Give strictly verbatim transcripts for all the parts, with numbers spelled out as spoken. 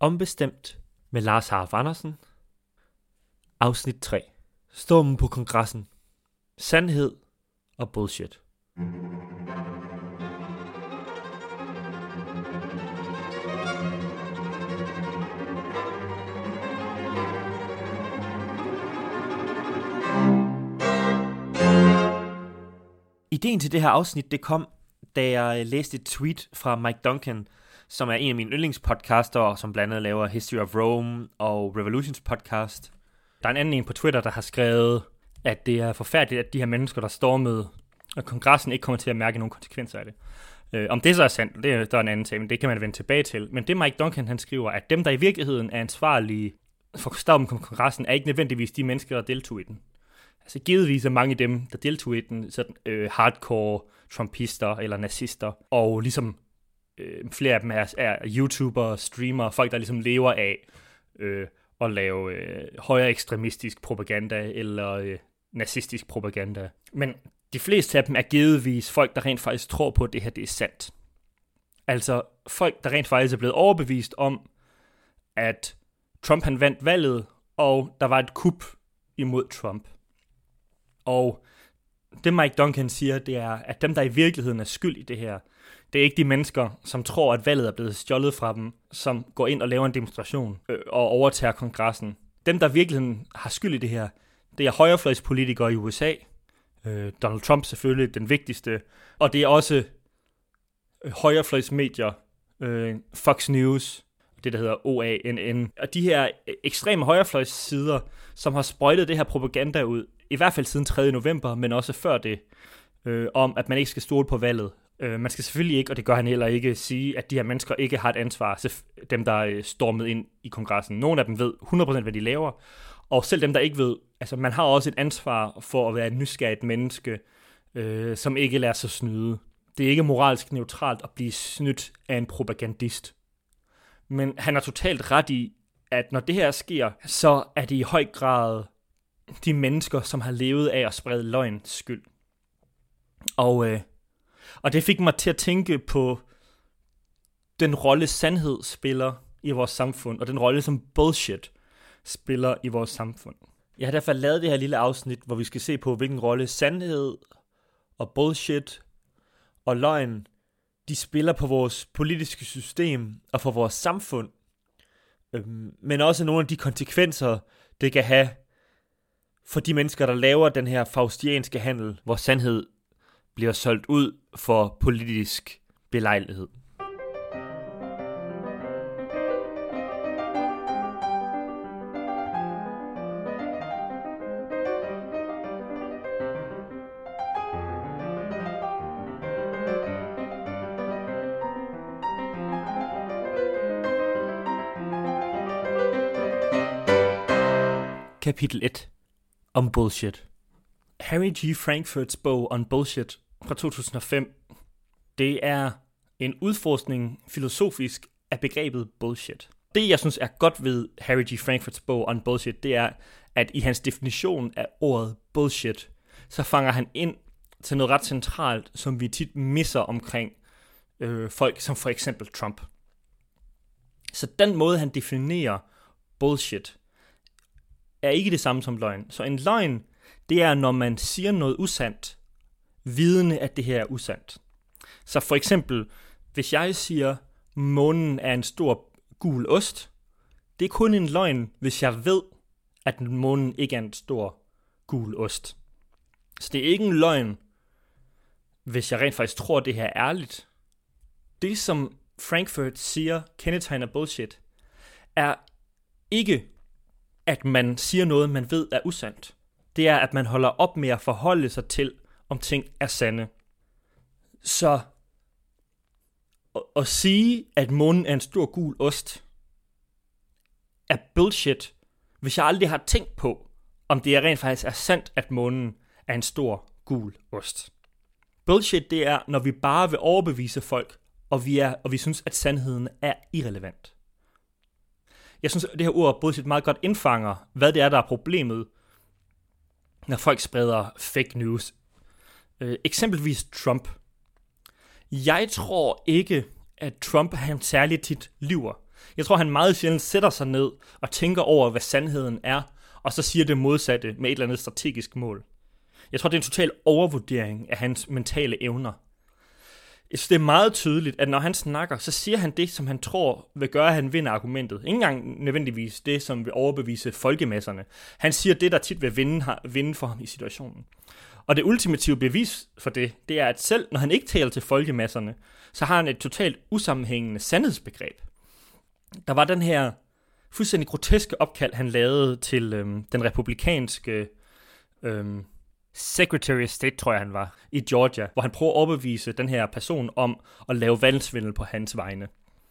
Ombestemt med Lars Harf Andersen. Afsnit tre. Stormen på kongressen. Sandhed og bullshit. Ideen til det her afsnit, det kom, da jeg læste et tweet fra Mike Duncan, som er en af mine yndlingspodcaster, som blandt andet laver History of Rome og Revolutions podcast. Der er en anden en på Twitter, der har skrevet, at det er forfærdeligt, at de her mennesker, der stormede, og kongressen ikke kommer til at mærke nogen konsekvenser af det. Øh, om det så er sandt, det er, der er en anden ting, men det kan man vende tilbage til. Men det Mike Duncan han skriver, at dem, der i virkeligheden er ansvarlige for stormen på kongressen, er ikke nødvendigvis de mennesker, der deltog i den. Altså givetvis er mange af dem, der deltog i den, sådan øh, hardcore trumpister eller nazister, og ligesom øh, flere af dem er, er YouTubere, streamere, folk, der ligesom lever af øh, at lave øh, højere ekstremistisk propaganda eller øh, nazistisk propaganda. Men de fleste af dem er givetvis folk, der rent faktisk tror på, at det her det er sandt. Altså folk, der rent faktisk er blevet overbevist om, at Trump han vandt valget, og der var et kup imod Trump. Og det Mike Duncan siger, det er, at dem, der i virkeligheden er skyld i det her, det er ikke de mennesker, som tror, at valget er blevet stjålet fra dem, som går ind og laver en demonstration øh, og overtager kongressen. Dem, der i virkeligheden har skyld i det her, det er højrefløjspolitikere i U S A. Øh, Donald Trump selvfølgelig den vigtigste. Og det er også øh, højrefløjsmedier, øh, Fox News, det der hedder O A N N. Og de her ekstreme højrefløjssider, som har sprøjtet det her propaganda ud, i hvert fald siden tredje november, men også før det, øh, om at man ikke skal stole på valget. Øh, man skal selvfølgelig ikke, og det gør han heller ikke, sige, at de her mennesker ikke har et ansvar, dem der er stormet ind i kongressen. Nogle af dem ved hundrede procent, hvad de laver, og selv dem, der ikke ved, altså man har også et ansvar for at være et nysgerrigt menneske, øh, som ikke lader sig snyde. Det er ikke moralsk neutralt at blive snydt af en propagandist. Men han har totalt ret i, at når det her sker, så er det i høj grad de mennesker, som har levet af at sprede løgns skyld. Og, øh, og det fik mig til at tænke på den rolle sandhed spiller i vores samfund, og den rolle som bullshit spiller i vores samfund. Jeg har derfor lavet det her lille afsnit, hvor vi skal se på, hvilken rolle sandhed og bullshit og løgn, de spiller på vores politiske system og for vores samfund, øhm, men også nogle af de konsekvenser, det kan have for de mennesker, der laver den her faustianske handel, hvor sandhed bliver solgt ud for politisk belejlighed. Kapitel et. Om bullshit. Harry G. Frankfurts bog On Bullshit fra to tusind og fem, det er en udforskning filosofisk af begrebet bullshit. Det, jeg synes er godt ved Harry G. Frankfurts bog On Bullshit, det er, at i hans definition af ordet bullshit, så fanger han ind til noget ret centralt, som vi tit misser omkring øh, folk som for eksempel Trump. Så den måde, han definerer bullshit, er ikke det samme som løgn. Så en løgn, det er, når man siger noget usandt, vidende, at det her er usandt. Så for eksempel, hvis jeg siger, månen er en stor gul ost, det er kun en løgn, hvis jeg ved, at månen ikke er en stor gul ost. Så det er ikke en løgn, hvis jeg rent faktisk tror, at det her er ærligt. Det, som Frankfurt siger, kendetegner bullshit, er ikke at man siger noget, man ved er usandt. Det er, at man holder op med at forholde sig til, om ting er sande. Så at, at sige, at månen er en stor gul ost, er bullshit, hvis jeg aldrig har tænkt på, om det er rent faktisk er sandt, at månen er en stor gul ost. Bullshit, det er, når vi bare vil overbevise folk, og vi, er, og vi synes, at sandheden er irrelevant. Jeg synes, at det her ord bullshit meget godt indfanger, hvad det er, der er problemet, når folk spreder fake news. Øh, eksempelvis Trump. Jeg tror ikke, at Trump han særligt tit lyver. Jeg tror, han meget sjældent sætter sig ned og tænker over, hvad sandheden er, og så siger det modsatte med et eller andet strategisk mål. Jeg tror, det er en total overvurdering af hans mentale evner. Jeg synes, det er meget tydeligt, at når han snakker, så siger han det, som han tror vil gøre, at han vinder argumentet. Ikke engang nødvendigvis det, som vil overbevise folkemasserne. Han siger det, der tit vil vinde, vinde for ham i situationen. Og det ultimative bevis for det, det er, at selv når han ikke taler til folkemasserne, så har han et totalt usammenhængende sandhedsbegreb. Der var den her fuldstændig groteske opkald, han lavede til øhm, den republikanske øhm, Secretary of State, tror jeg han var, i Georgia, hvor han prøver at overbevise den her person om at lave valgsvindel på hans vegne.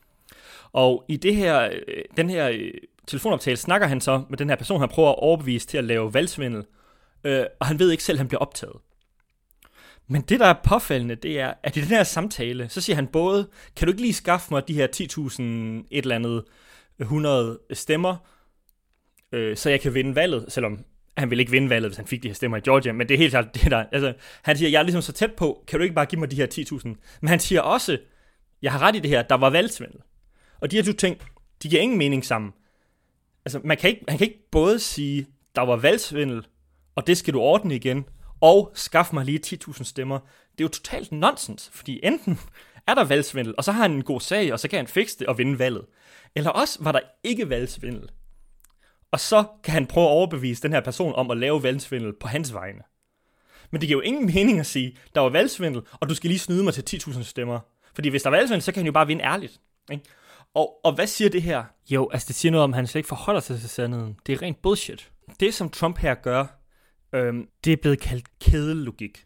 Og i det her, øh, den her øh, telefonoptale snakker han så med den her person, han prøver at overbevise til at lave valgsvindel, øh, og han ved ikke selv, at han bliver optaget. Men det, der er påfaldende, det er, at i den her samtale, så siger han både, kan du ikke lige skaffe mig de her ti tusind et eller andet hundrede stemmer, øh, så jeg kan vinde valget, selvom han ville ikke vinde valget, hvis han fik de her stemmer i Georgia, men det er helt klart det der. Altså, han siger, jeg er ligesom så tæt på, kan du ikke bare give mig de her ti tusind? Men han siger også, jeg har ret i det her, der var valgsvindel. Og de her to ting, de giver ingen mening sammen. Altså, man kan ikke, han kan ikke både sige, der var valgsvindel, og det skal du ordne igen, og skaffe mig lige ti tusind stemmer. Det er jo totalt nonsens, fordi enten er der valgsvindel, og så har han en god sag, og så kan han fikse det og vinde valget. Eller også var der ikke valgsvindel. Og så kan han prøve at overbevise den her person om at lave valgsvindel på hans vegne. Men det giver jo ingen mening at sige, der var valgsvindel, og du skal lige snyde mig til ti tusind stemmer. Fordi hvis der er valgsvindel, så kan han jo bare vinde ærligt. Ikke? Og, og hvad siger det her? Jo, altså det siger noget om, at han slet ikke forholder sig til sandheden. Det er rent bullshit. Det, som Trump her gør, øhm, det er blevet kaldt kædelogik.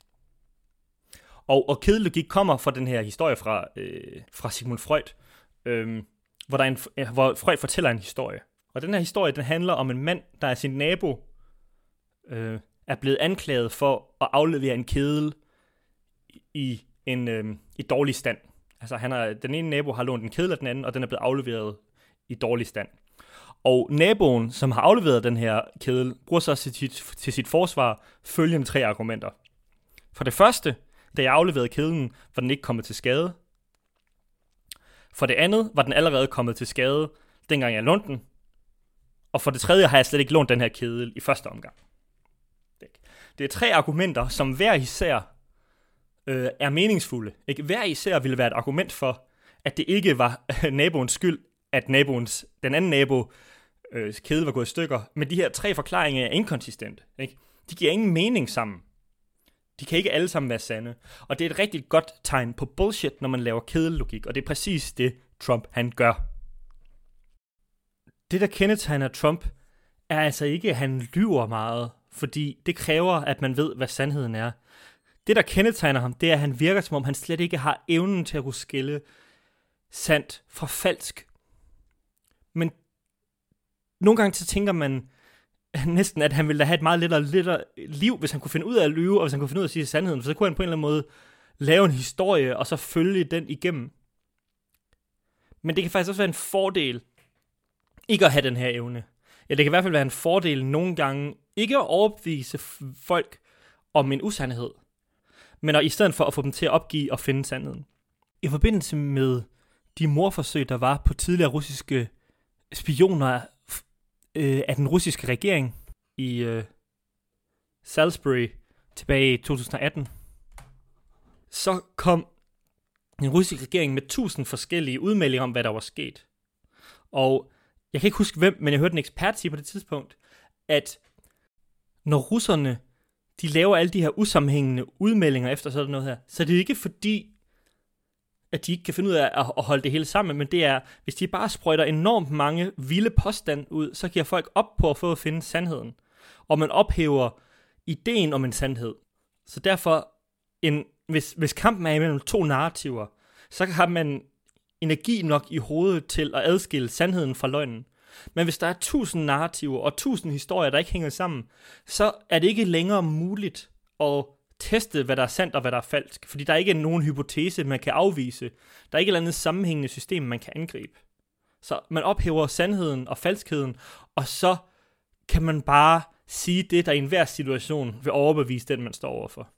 Og, og kædelogik kommer fra den her historie fra, øh, fra Sigmund Freud, øh, hvor, der er en, hvor Freud fortæller en historie. Og den her historie, den handler om en mand, der af sin nabo øh, er blevet anklaget for at aflevere en kedel i en øh, i dårlig stand. Altså han er, den ene nabo har lånt en kedel af den anden, og den er blevet afleveret i dårlig stand. Og naboen, som har afleveret den her kedel, bruger så til sit, til sit forsvar følgende tre argumenter. For det første, da jeg afleverede kedlen, var den ikke kommet til skade. For det andet var den allerede kommet til skade, dengang jeg lånte den. Og for det tredje har jeg slet ikke lånt den her kedel i første omgang. Det er tre argumenter, som hver især øh, er meningsfulde. Ikke? Hver især ville være et argument for, at det ikke var naboens skyld, at naboens, den anden nabo øh, kedel var gået i stykker. Men de her tre forklaringer er inkonsistente. Ikke? De giver ingen mening sammen. De kan ikke alle sammen være sande. Og det er et rigtig godt tegn på bullshit, når man laver kedelogik. Og det er præcis det, Trump han gør. Det, der kendetegner Trump, er altså ikke, at han lyver meget, fordi det kræver, at man ved, hvad sandheden er. Det, der kendetegner ham, det er, at han virker, som om han slet ikke har evnen til at kunne skille sandt fra falsk. Men nogle gange så tænker man næsten, at han ville have et meget lettere, lettere liv, hvis han kunne finde ud af at lyve, og hvis han kunne finde ud af at sige sandheden, for så kunne han på en eller anden måde lave en historie, og så følge den igennem. Men det kan faktisk også være en fordel, ikke at have den her evne. Ja, det kan i hvert fald være en fordel nogle gange, ikke at overbevise folk om en usandhed, men at, i stedet for at få dem til at opgive og finde sandheden. I forbindelse med de mordforsøg, der var på tidligere russiske spioner øh, af den russiske regering i øh, Salisbury tilbage i to tusind og atten, så kom den russiske regering med tusind forskellige udmeldinger om, hvad der var sket. Og jeg kan ikke huske hvem, men jeg hørte en ekspert sige på det tidspunkt, at når russerne, de laver alle de her usammenhængende udmeldinger efter sådan noget her, så det er ikke fordi, at de ikke kan finde ud af at holde det hele sammen, men det er, hvis de bare sprøjter enormt mange vilde påstande ud, så giver folk op på at få at finde sandheden. Og man ophæver ideen om en sandhed. Så derfor, en, hvis, hvis kampen er imellem to narrativer, så har man energi nok i hovedet til at adskille sandheden fra løgnen. Men hvis der er tusind narrativer og tusind historier, der ikke hænger sammen, så er det ikke længere muligt at teste, hvad der er sandt og hvad der er falsk. Fordi der er ikke nogen hypotese, man kan afvise. Der er ikke et eller andet sammenhængende system, man kan angribe. Så man ophæver sandheden og falskheden, og så kan man bare sige det, der i enhver situation vil overbevise den, man står overfor.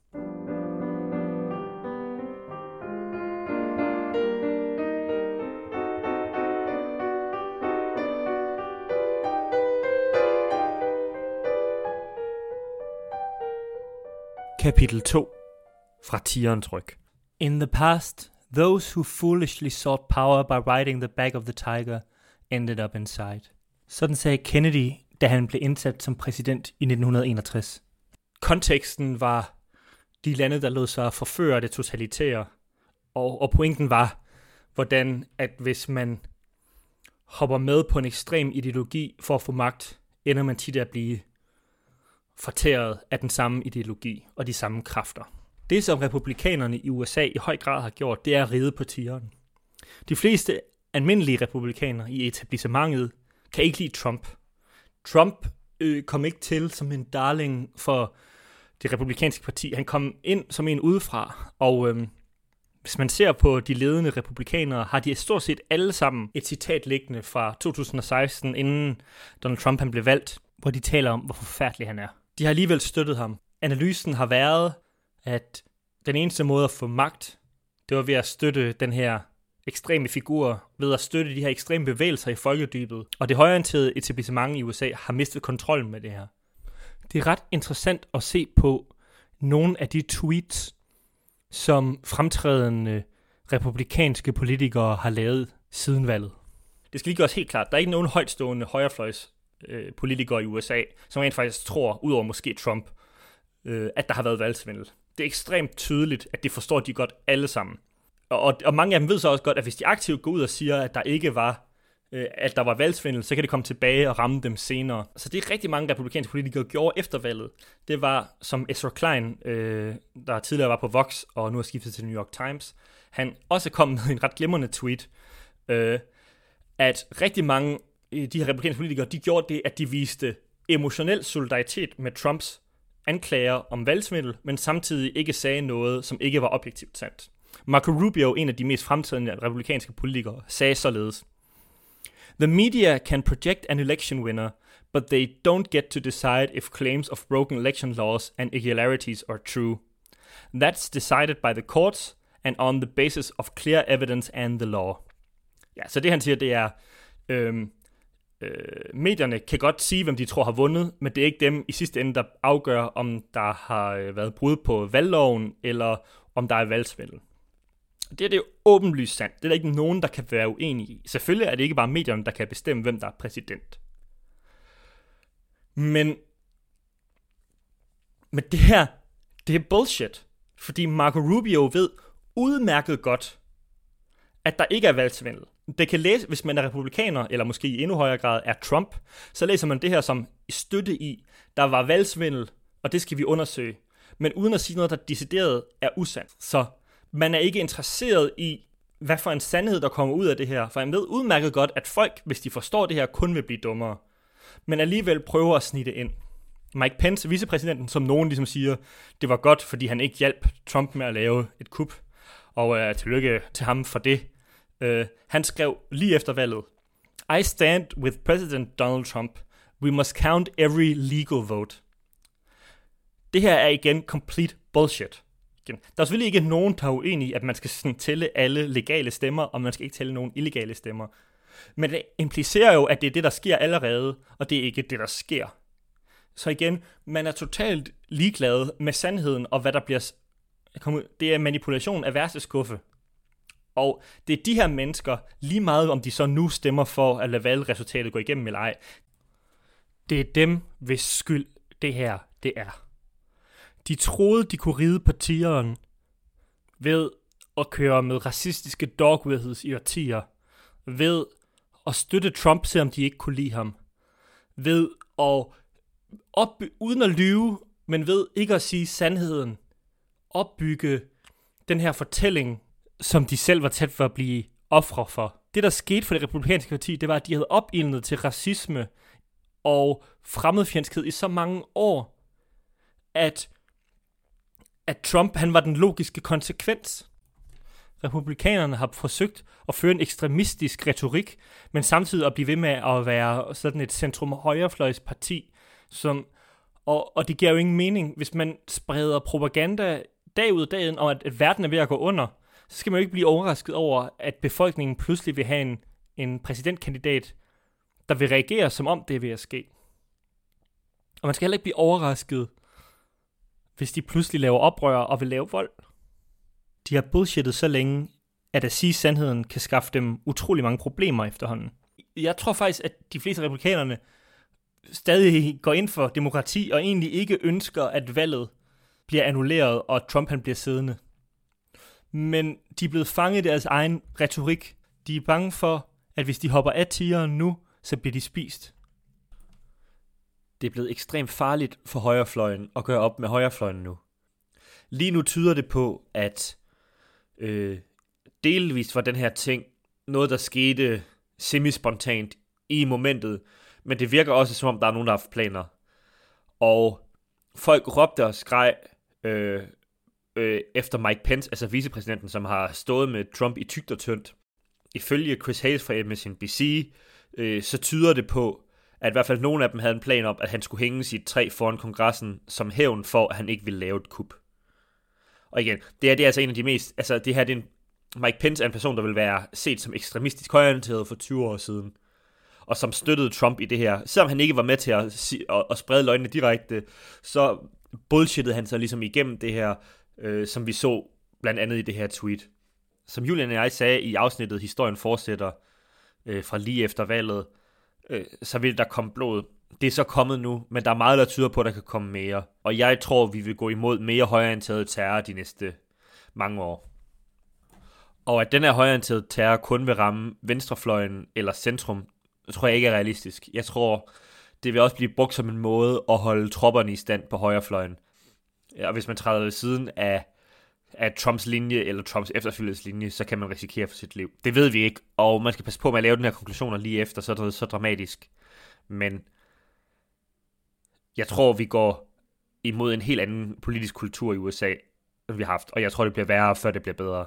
Kapitel to fra Tigerens ryg. In the past, those who foolishly sought power by riding the back of the tiger ended up inside. Sådan sagde Kennedy, da han blev indsat som præsident i nitten enogtres. Konteksten var de lande, der lod sig forføre af det totalitære, og, og pointen var, hvordan at hvis man hopper med på en ekstrem ideologi for at få magt, ender man tit at blive fortæret af den samme ideologi og de samme kræfter. Det, som republikanerne i U S A i høj grad har gjort, det er at ride på tigeren. De fleste almindelige republikanere i etablissementet kan ikke lide Trump. Trump øh, kom ikke til som en darling for det republikanske parti. Han kom ind som en udefra, og øh, hvis man ser på de ledende republikanere, har de stort set alle sammen et citat liggende fra to tusind og seksten, inden Donald Trump han blev valgt, hvor de taler om, hvor forfærdelig han er. De har alligevel støttet ham. Analysen har været, at den eneste måde at få magt, det var ved at støtte den her ekstreme figur, ved at støtte de her ekstreme bevægelser i folkedybet. Og det højreorienterede etablissement i U S A har mistet kontrollen med det her. Det er ret interessant at se på nogle af de tweets, som fremtrædende republikanske politikere har lavet siden valget. Det skal lige gøres helt klart. Der er ikke nogen højtstående højrefløjs øh, politikere i U S A, som rent faktisk tror, udover måske Trump, øh, at der har været valgsvindel. Det er ekstremt tydeligt, at det forstår de godt alle sammen. Og, og, og mange af dem ved så også godt, at hvis de aktivt går ud og siger, at der ikke var, øh, at der var valgsvindel, så kan det komme tilbage og ramme dem senere. Så det er rigtig mange republikanske politikere gjorde efter valget. Det var, som Ezra Klein, øh, der tidligere var på Vox og nu har skiftet til New York Times, han også kom med en ret glimrende tweet, øh, at rigtig mange af de her republikanske politikere, de gjorde det, at de viste emotionel solidaritet med Trumps anklager om valgsvindel, men samtidig ikke sagde noget, som ikke var objektivt sandt. Marco Rubio, en af de mest fremtrædende republikanske politikere, sagde således: The media can project an election winner, but they don't get to decide if claims of broken election laws and irregularities are true. That's decided by the courts and on the basis of clear evidence and the law. Ja, så det han siger, det er, øhm, øh, medierne kan godt sige, hvem de tror har vundet, men det er ikke dem i sidste ende, der afgør, om der har været brud på valgloven, eller om der er valgsvindel. Det er det jo åbenlyst sandt. Det er der ikke nogen, der kan være uenige i. Selvfølgelig er det ikke bare medierne, der kan bestemme, hvem der er præsident. Men, men det her, det er bullshit. Fordi Marco Rubio ved udmærket godt, at der ikke er valgsvindel. Det kan læse, hvis man er republikaner, eller måske i endnu højere grad er Trump, så læser man det her som støtte i, der var valgsvindel, og det skal vi undersøge. Men uden at sige noget, der decideret er usandt. Så man er ikke interesseret i, hvad for en sandhed, der kommer ud af det her. For man ved udmærket godt, at folk, hvis de forstår det her, kun vil blive dummere. Men alligevel prøver at snitte ind. Mike Pence, vicepræsidenten, som nogen ligesom siger, det var godt, fordi han ikke hjalp Trump med at lave et kup. Og uh, tillykke til ham for det. Uh, han skrev lige efter valget: I stand with President Donald Trump. We must count every legal vote. Det her er igen complete bullshit. Der er selvfølgelig ikke nogen, der er uenige, at man skal sådan tælle alle legale stemmer, og man skal ikke tælle nogen illegale stemmer. Men det implicerer jo, at det er det, der sker allerede, og det er ikke det, der sker. Så igen, man er totalt ligeglad med sandheden, og hvad der bliver... Det er manipulation af værste skuffe. Og det er de her mennesker, lige meget om de så nu stemmer for at lade valgresultatet gå igennem eller ej. Det er dem, hvis skyld det her det er. De troede, de kunne ride på tigeren ved at køre med racistiske dog whistles i årtier, ved at støtte Trump, selvom de ikke kunne lide ham, ved at opby- uden at lyve, men ved ikke at sige sandheden, opbygge den her fortælling, som de selv var tæt for at blive ofre for. Det, der skete for det republikanske parti, det var, at de havde opildnet til racisme og fremmedfjendskhed i så mange år, at at Trump, han var den logiske konsekvens. Republikanerne har forsøgt at føre en ekstremistisk retorik, men samtidig at blive ved med at være sådan et centrum-højrefløjsparti, som, og, og det giver jo ingen mening. Hvis man spreder propaganda dag ud af dagen om, at, at verden er ved at gå under, så skal man jo ikke blive overrasket over, at befolkningen pludselig vil have en, en præsidentkandidat, der vil reagere, som om det er ved at ske. Og man skal heller ikke blive overrasket, hvis de pludselig laver oprør og vil lave vold. De har bullshittet så længe, at at sige sandheden kan skaffe dem utrolig mange problemer efterhånden. Jeg tror faktisk, at de fleste republikanerne stadig går ind for demokrati og egentlig ikke ønsker, at valget bliver annulleret, og Trump han bliver siddende. Men de er blevet fanget i deres egen retorik. De er bange for, at hvis de hopper af tigeren nu, så bliver de spist. Det er blevet ekstremt farligt for højrefløjen at gøre op med højrefløjen nu. Lige nu tyder det på, at øh, delvist var den her ting noget, der skete semispontant i momentet, men det virker også, som om der er nogen, der har haft planer. Og folk råbte og skreg øh, øh, efter Mike Pence, altså vicepræsidenten, som har stået med Trump i tykt og tyndt. Ifølge Chris Hayes fra M S N B C, øh, så tyder det på, at i hvert fald nogen af dem havde en plan om, at han skulle hænge sit træ foran kongressen som hævn for, at han ikke ville lave et kup. Og igen, det her det er altså en af de mest, altså det her det er en, Mike Pence er en person, der vil være set som ekstremistisk højreorienteret for tyve år siden, og som støttede Trump i det her. Selvom han ikke var med til at, at, at sprede løgnene direkte, så bullshittede han så ligesom igennem det her, øh, som vi så blandt andet i det her tweet. Som Julian og jeg sagde i afsnittet, historien fortsætter øh, fra lige efter valget, øh, så vil der komme blod. Det er så kommet nu, men der er meget, der tyder på, at der kan komme mere. Og jeg tror, vi vil gå imod mere højreorienteret terror de næste mange år. Og at den her højreorienterede terror kun vil ramme venstrefløjen eller centrum, tror jeg ikke er realistisk. Jeg tror, det vil også blive brugt som en måde at holde tropperne i stand på højrefløjen. Og hvis man træder ved siden af, af Trumps linje eller Trumps efterfølgelses linje, så kan man risikere for sit liv. Det ved vi ikke, og man skal passe på med at lave den her konklusioner lige efter, så er det så dramatisk. Men jeg tror, vi går imod en helt anden politisk kultur i U S A, end vi har haft, og jeg tror, det bliver værre, før det bliver bedre.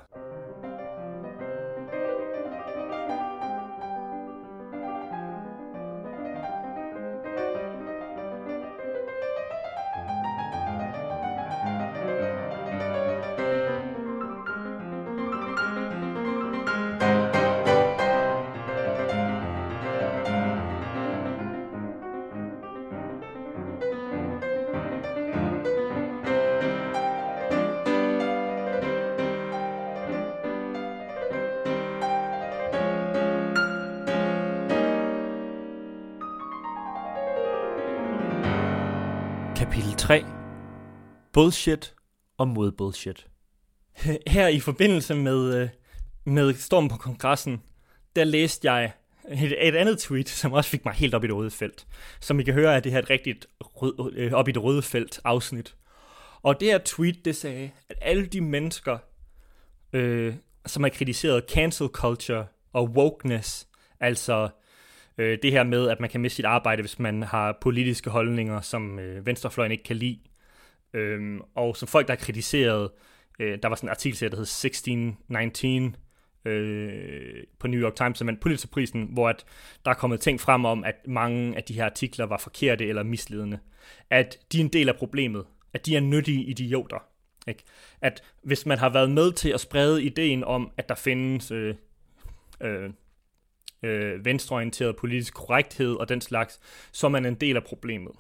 Kapitel tre. Bullshit og mod bullshit. Her i forbindelse med, med stormen på kongressen, der læste jeg et, et andet tweet, som også fik mig helt op i det røde felt. Som I kan høre, er det her et rigtigt rød, op i det røde felt afsnit. Og det her tweet, det sagde, at alle de mennesker, øh, som har kritiseret cancel culture og wokeness, altså øh, det her med, at man kan miste sit arbejde, hvis man har politiske holdninger, som øh, venstrefløjen ikke kan lide, øh, og som folk, der har kritiseret, øh, der var sådan en artikel, der hed seksten nitten øh, på New York Times, som vandt Pulitzerprisen, hvor at der er kommet ting frem om, at mange af de her artikler var forkerte eller misledende. At de er en del af problemet. At de er nyttige idioter. Ikke? At hvis man har været med til at sprede ideen om, at der findes øh, øh, øh, venstreorienteret politisk korrekthed og den slags, så er man en del af problemet.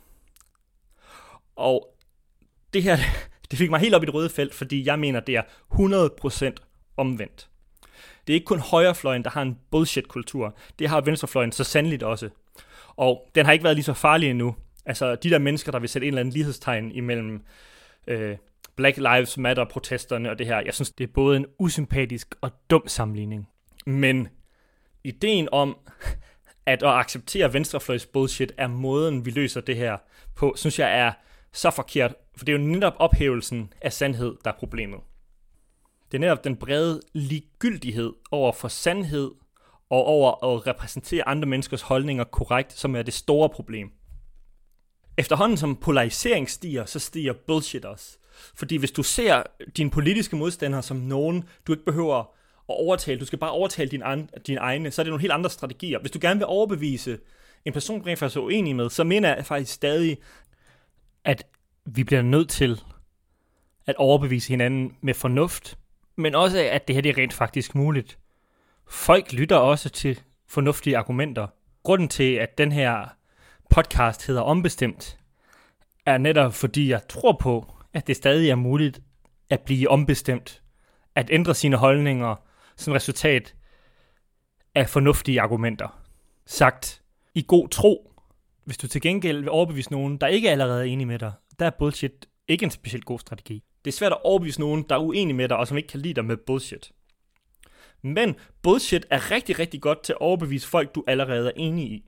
Og det her, det fik mig helt op i det røde felt, fordi jeg mener, det er hundrede procent omvendt. Det er ikke kun højrefløjen, der har en bullshit-kultur. Det har venstrefløjen så sandeligt også. Og den har ikke været lige så farlig endnu. Altså de der mennesker, der vil sætte en eller anden lighedstegn imellem øh, Black Lives Matter-protesterne og det her, jeg synes, det er både en usympatisk og dum sammenligning. Men ideen om at, at acceptere venstrefløjs bullshit er måden, vi løser det her på, synes jeg er så forkert. For det er jo netop ophævelsen af sandhed, der er problemet. Det er netop den brede ligegyldighed over for sandhed og over at repræsentere andre menneskers holdninger korrekt, som er det store problem. Efterhånden som polarisering stiger, så stiger bullshit også. Fordi hvis du ser dine politiske modstandere som nogen, du ikke behøver at overtale, du skal bare overtale dine, an, dine egne, så er det nogle helt andre strategier. Hvis du gerne vil overbevise en person, du rent faktisk er uenig med, så mener jeg faktisk stadig, at vi bliver nødt til at overbevise hinanden med fornuft, men også at det her det er rent faktisk muligt. Folk lytter også til fornuftige argumenter. Grunden til, at den her podcast hedder Ombestemt, er netop fordi jeg tror på, at det stadig er muligt at blive ombestemt, at ændre sine holdninger som resultat af fornuftige argumenter. Sagt i god tro. Hvis du til gengæld vil overbevise nogen, der ikke allerede er enige med dig, der er bullshit ikke en specielt god strategi. Det er svært at overbevise nogen, der er uenige med dig, og som ikke kan lide dig med bullshit. Men bullshit er rigtig, rigtig godt til at overbevise folk, du allerede er enige i.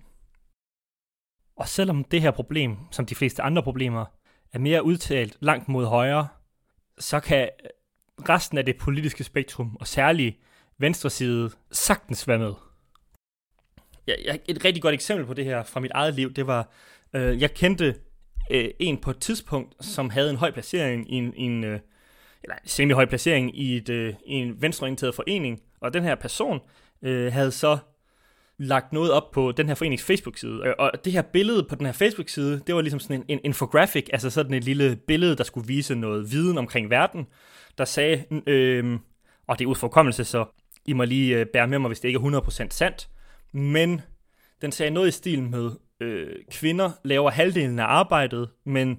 Og selvom det her problem, som de fleste andre problemer, er mere udtalt langt mod højre, så kan resten af det politiske spektrum, og særligt venstre side, sagtens være med. Ja, et rigtig godt eksempel på det her fra mit eget liv, det var, øh, jeg kendte øh, en på et tidspunkt, som havde en høj placering i en, i en øh, eller en semi-høj placering i, et, øh, i en venstreorienteret forening, og den her person øh, havde så lagt noget op på den her forenings Facebook-side. Og det her billede på den her Facebook-side, det var ligesom sådan en, en infographic, altså sådan et lille billede, der skulle vise noget viden omkring verden, der sagde, øh, og det er ud for hukommelse, så I må lige øh, bære med mig, hvis det ikke er hundrede procent sandt, men den sagde noget i stil med, øh, kvinder laver halvdelen af arbejdet, men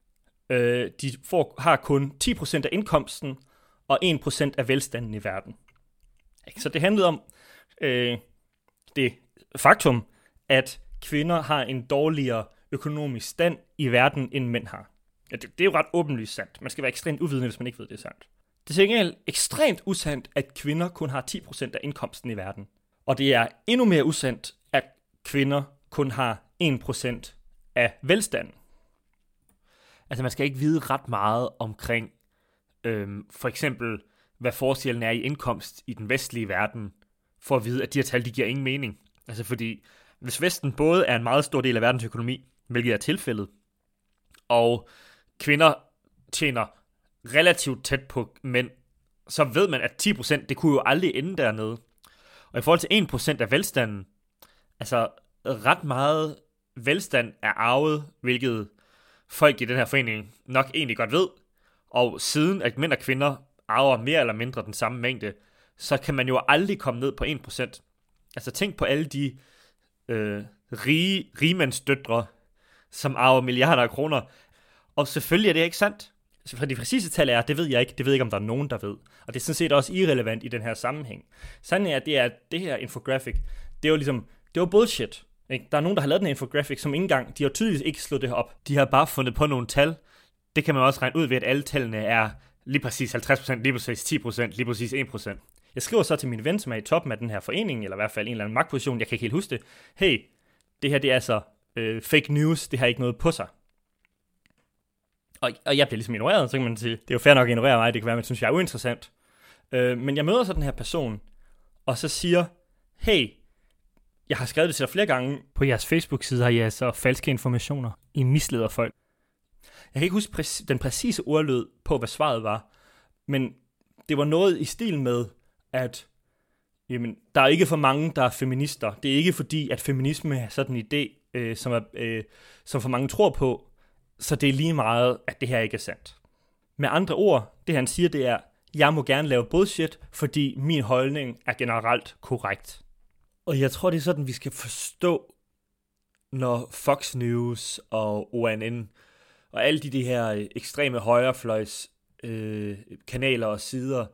øh, de får, har kun ti procent af indkomsten, og en procent af velstanden i verden. Så det handlede om øh, det faktum, at kvinder har en dårligere økonomisk stand i verden, end mænd har. Ja, det, det er jo ret åbenlyst sandt. Man skal være ekstremt uvidende, hvis man ikke ved, det er sandt. Det er til ekstremt usandt, at kvinder kun har ti procent af indkomsten i verden. Og det er endnu mere usandt, at kvinder kun har en procent af velstanden. Altså man skal ikke vide ret meget omkring, øhm, for eksempel, hvad forskellen er i indkomst i den vestlige verden, for at vide, at de her tal, de giver ingen mening. Altså fordi, hvis Vesten både er en meget stor del af verdens økonomi, hvilket er tilfældet, og kvinder tjener relativt tæt på mænd, så ved man, at ti procent, det kunne jo aldrig ende dernede. Og i forhold til en procent af velstanden, altså ret meget velstand er arvet, hvilket folk i den her forening nok egentlig godt ved. Og siden at mænd og kvinder arver mere eller mindre den samme mængde, så kan man jo aldrig komme ned på en procent. Altså tænk på alle de øh, rige rigmandsdøtre, som arver milliarder af kroner. Og selvfølgelig er det ikke sandt. Så for de præcise tal er, det ved jeg ikke. Det ved jeg ikke, om der er nogen, der ved. Og det er sådan set også irrelevant i den her sammenhæng. Sådan er, det er, at det her infographic, det var ligesom, det var bullshit. Ikke? Der er nogen, der har lavet den infographic, som ikke engang, de har tydeligvis ikke slået det her op. De har bare fundet på nogle tal. Det kan man også regne ud ved, at alle tallene er lige præcis halvtreds procent, lige præcis ti procent, lige præcis en procent. Jeg skriver så til min ven, som er i toppen af den her forening, eller i hvert fald en eller anden magtposition, jeg kan ikke helt huske det. Hey, det her det er altså øh, fake news, det har ikke noget på sig. Og, og jeg bliver ligesom ignoreret, så kan man sige, det er jo fair nok at ignorere mig, det kan være, man synes, jeg er uinteressant. Øh, men jeg møder så den her person, og så siger, hey, jeg har skrevet det til dig flere gange. På jeres Facebook-side har I altså falske informationer. I misleder folk. Jeg kan ikke huske præ- den præcise ordlyd på, hvad svaret var, men det var noget i stil med, at jamen, der er ikke for mange, der er feminister. Det er ikke fordi, at feminisme er sådan en idé, øh, som, er, øh, som for mange tror på, så det er lige meget, at det her ikke er sandt. Med andre ord, det han siger, det er, jeg må gerne lave bullshit, fordi min holdning er generelt korrekt. Og jeg tror, det er sådan, vi skal forstå, når Fox News og O N N og alle de, de her ekstreme højrefløjs øh, kanaler og sider,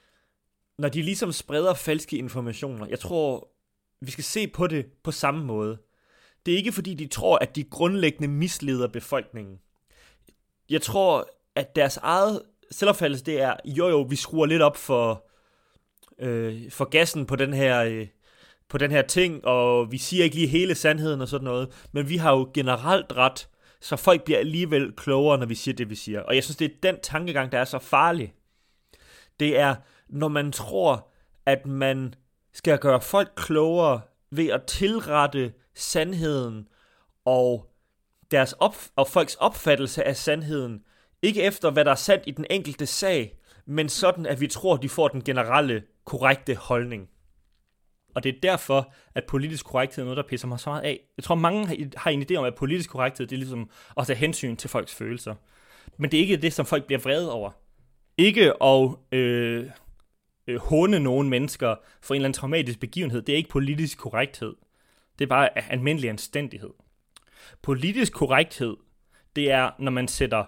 når de ligesom spreder falske informationer, jeg tror, vi skal se på det på samme måde. Det er ikke fordi, de tror, at de grundlæggende misleder befolkningen. Jeg tror, at deres eget selvopfattelse, det er, jo jo, vi skruer lidt op for, øh, for gassen på den her... Øh, på den her ting, og vi siger ikke lige hele sandheden og sådan noget, men vi har jo generelt ret, så folk bliver alligevel klogere, når vi siger det, vi siger. Og jeg synes, det er den tankegang, der er så farlig. Det er, når man tror, at man skal gøre folk klogere ved at tilrette sandheden og, deres op- og folks opfattelse af sandheden, ikke efter, hvad der er sandt i den enkelte sag, men sådan, at vi tror, de får den generelle, korrekte holdning. Og det er derfor, at politisk korrekthed er noget, der pisser mig så meget af. Jeg tror, mange har en idé om, at politisk korrekthed, det er ligesom at tage hensyn til folks følelser. Men det er ikke det, som folk bliver vrede over. Ikke at øh, øh, håne nogle mennesker for en eller anden traumatisk begivenhed. Det er ikke politisk korrekthed. Det er bare almindelig anstændighed. Politisk korrekthed, det er, når man sætter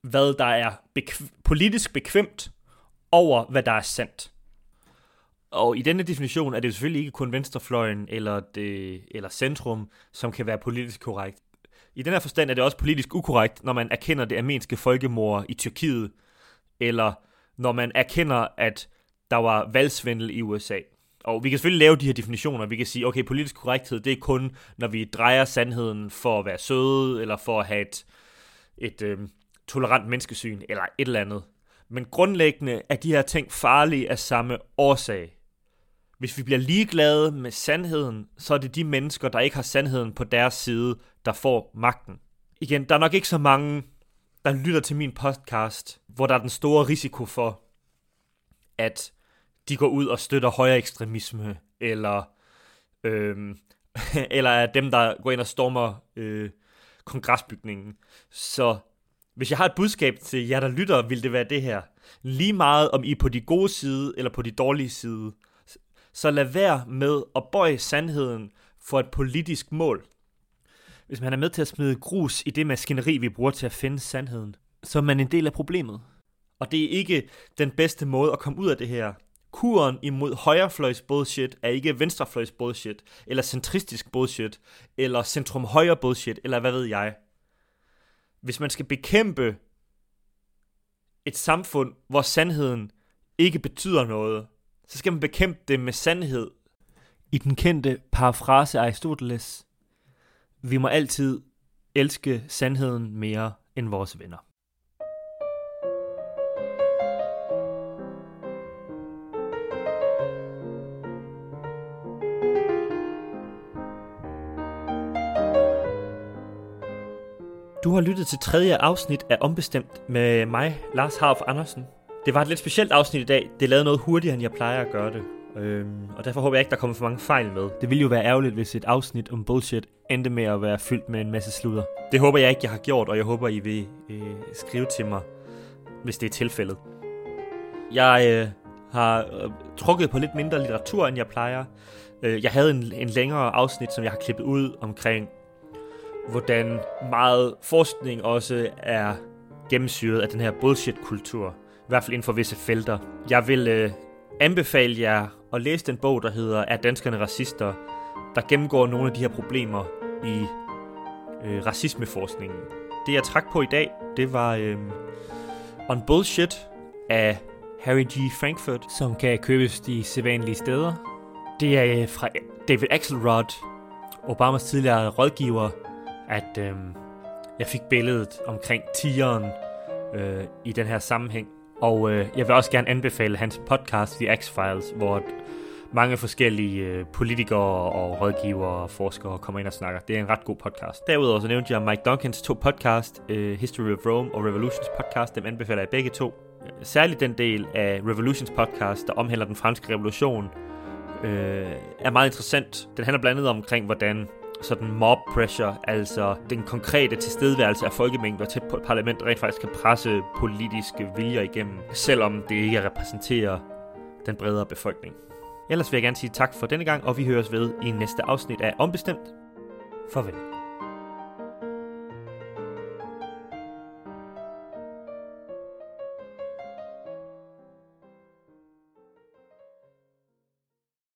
hvad der er bekv- politisk bekvemt over, hvad der er sandt. Og i denne definition er det jo selvfølgelig ikke kun venstrefløjen eller, det, eller centrum, som kan være politisk korrekt. I den her forstand er det også politisk ukorrekt, når man erkender det armenske folkemord i Tyrkiet, eller når man erkender, at der var valgsvindel i U S A. Og vi kan selvfølgelig lave de her definitioner. Vi kan sige, okay, politisk korrekthed, det er kun, når vi drejer sandheden for at være søde, eller for at have et, et øh, tolerant menneskesyn, eller et eller andet. Men grundlæggende er de her ting farlige af samme årsag. Hvis vi bliver ligeglade med sandheden, så er det de mennesker, der ikke har sandheden på deres side, der får magten. Igen, der er nok ikke så mange, der lytter til min podcast, hvor der er den store risiko for, at de går ud og støtter højere ekstremisme, eller, øhm, eller er dem, der går ind og stormer øh, kongresbygningen. Så hvis jeg har et budskab til jer, der lytter, vil det være det her. Lige meget om I er på de gode side, eller på de dårlige side, så lad være med at bøje sandheden for et politisk mål. Hvis man er med til at smide grus i det maskineri, vi bruger til at finde sandheden, så er man en del af problemet. Og det er ikke den bedste måde at komme ud af det her. Kuren imod højrefløjs bullshit er ikke venstrefløjs bullshit, eller centristisk bullshit, eller centrum-højre bullshit, eller hvad ved jeg. Hvis man skal bekæmpe et samfund, hvor sandheden ikke betyder noget, så skal man bekæmpe det med sandhed. I den kendte parafrase af Aristoteles: vi må altid elske sandheden mere end vores venner. Du har lyttet til tredje afsnit af Ombestemt med mig, Lars Harf Andersen. Det var et lidt specielt afsnit i dag. Det lavede noget hurtigere, end jeg plejer at gøre det. Øhm, og derfor håber jeg ikke, der kommer for mange fejl med. Det ville jo være ærgerligt, hvis et afsnit om bullshit endte med at være fyldt med en masse sludder. Det håber jeg ikke, jeg har gjort, og jeg håber, I vil øh, skrive til mig, hvis det er tilfældet. Jeg øh, har øh, trukket på lidt mindre litteratur, end jeg plejer. Øh, jeg havde en, en længere afsnit, som jeg har klippet ud omkring, hvordan meget forskning også er gennemsyret af den her bullshit-kultur. I hvert fald inden for visse felter. Jeg vil øh, anbefale jer at læse den bog, der hedder Er danskerne racister?, der gennemgår nogle af de her problemer i øh, racismeforskningen. Det jeg trak på i dag, det var øh, On Bullshit af Harry G. Frankfurt, som kan købes de sædvanlige steder. Det er øh, fra David Axelrod, Obamas tidligere rådgiver, at øh, jeg fik billedet omkring tigeren øh, i den her sammenhæng. Og øh, jeg vil også gerne anbefale hans podcast, The X-Files, hvor mange forskellige øh, politikere og rådgivere og forskere kommer ind og snakker. Det er en ret god podcast. Derudover så nævnte jeg Mike Duncans to podcast, øh, History of Rome og Revolutions podcast. Dem anbefaler jeg begge to. Særligt den del af Revolutions podcast, der omhandler den franske revolution, øh, er meget interessant. Den handler blandt andet omkring, hvordan sådan mob pressure, altså den konkrete tilstedeværelse af folkemængder tæt på et parlament, rent faktisk kan presse politiske viljer igennem, selvom det ikke repræsenterer den bredere befolkning. Ellers vil jeg gerne sige tak for denne gang, og vi høres ved i næste afsnit af Ombestemt. Farvel.